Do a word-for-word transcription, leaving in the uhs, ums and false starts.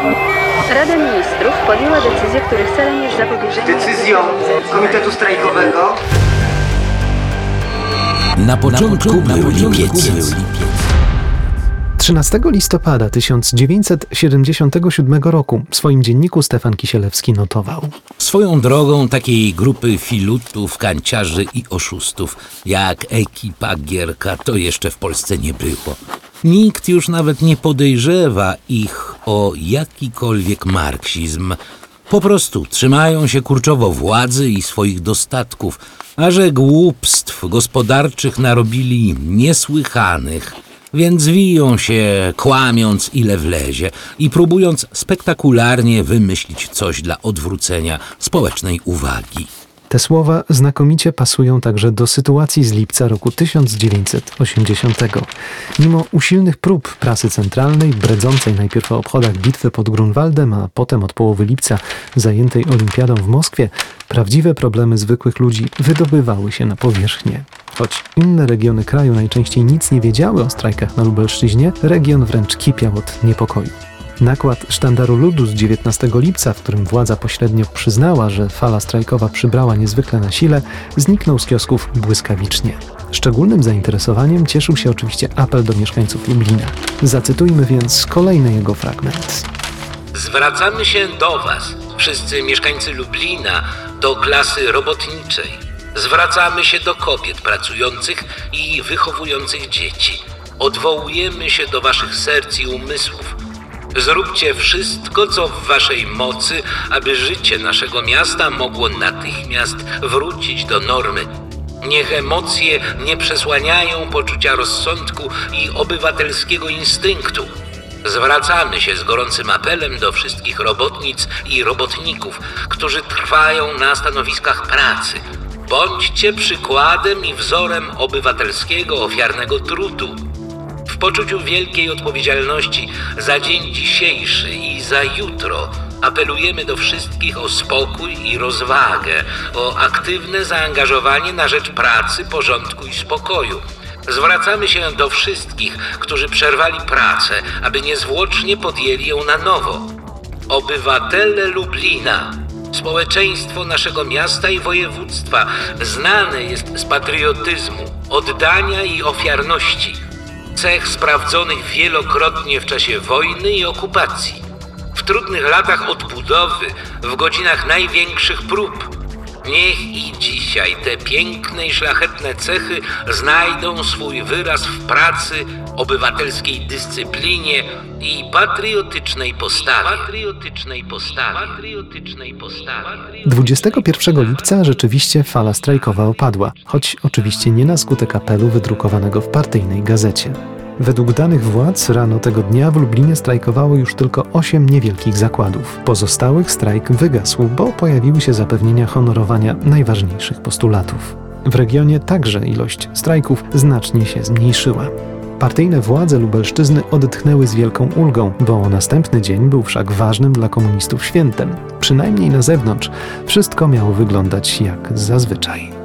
Rada Ministrów podjęła decyzję, których celem jest zapobieżenie... Decyzją Komitetu Strajkowego Na początku był lipiec. trzynastego listopada tysiąc dziewięćset siedemdziesiątego siódmego roku w swoim dzienniku Stefan Kisielewski notował: Swoją drogą takiej grupy filutów, kanciarzy i oszustów jak ekipa Gierka to jeszcze w Polsce nie było. Nikt już nawet nie podejrzewa ich o jakikolwiek marksizm. Po prostu trzymają się kurczowo władzy i swoich dostatków, a że głupstw gospodarczych narobili niesłychanych, więc wiją się, kłamiąc ile wlezie i próbując spektakularnie wymyślić coś dla odwrócenia społecznej uwagi. Te słowa znakomicie pasują także do sytuacji z lipca roku tysiąc dziewięćset osiemdziesiątego. Mimo usilnych prób prasy centralnej, bredzącej najpierw o obchodach bitwy pod Grunwaldem, a potem od połowy lipca zajętej olimpiadą w Moskwie, prawdziwe problemy zwykłych ludzi wydobywały się na powierzchnię. Choć inne regiony kraju najczęściej nic nie wiedziały o strajkach na Lubelszczyźnie, region wręcz kipiał od niepokoju. Nakład Sztandaru Ludu z dziewiętnastego lipca, w którym władza pośrednio przyznała, że fala strajkowa przybrała niezwykle na sile, zniknął z kiosków błyskawicznie. Szczególnym zainteresowaniem cieszył się oczywiście apel do mieszkańców Lublina. Zacytujmy więc kolejny jego fragment. Zwracamy się do Was, wszyscy mieszkańcy Lublina, do klasy robotniczej. Zwracamy się do kobiet pracujących i wychowujących dzieci. Odwołujemy się do Waszych serc i umysłów. Zróbcie wszystko, co w waszej mocy, aby życie naszego miasta mogło natychmiast wrócić do normy. Niech emocje nie przesłaniają poczucia rozsądku i obywatelskiego instynktu. Zwracamy się z gorącym apelem do wszystkich robotnic i robotników, którzy trwają na stanowiskach pracy. Bądźcie przykładem i wzorem obywatelskiego, ofiarnego trudu. W poczuciu wielkiej odpowiedzialności za dzień dzisiejszy i za jutro apelujemy do wszystkich o spokój i rozwagę, o aktywne zaangażowanie na rzecz pracy, porządku i spokoju. Zwracamy się do wszystkich, którzy przerwali pracę, aby niezwłocznie podjęli ją na nowo. Obywatele Lublina, społeczeństwo naszego miasta i województwa znane jest z patriotyzmu, oddania i ofiarności. Cech sprawdzonych wielokrotnie w czasie wojny i okupacji. W trudnych latach odbudowy, w godzinach największych prób. Niech i dzisiaj te piękne i szlachetne cechy znajdą swój wyraz w pracy, obywatelskiej dyscyplinie i patriotycznej postawie. Patriotycznej postawie. Patriotycznej postawie. dwudziestego pierwszego lipca rzeczywiście fala strajkowa opadła, choć oczywiście nie na skutek apelu wydrukowanego w partyjnej gazecie. Według danych władz rano tego dnia w Lublinie strajkowało już tylko osiem niewielkich zakładów. Pozostałych strajk wygasł, bo pojawiły się zapewnienia honorowania najważniejszych postulatów. W regionie także ilość strajków znacznie się zmniejszyła. Partyjne władze Lubelszczyzny odetchnęły z wielką ulgą, bo następny dzień był wszak ważnym dla komunistów świętem. Przynajmniej na zewnątrz wszystko miało wyglądać jak zazwyczaj.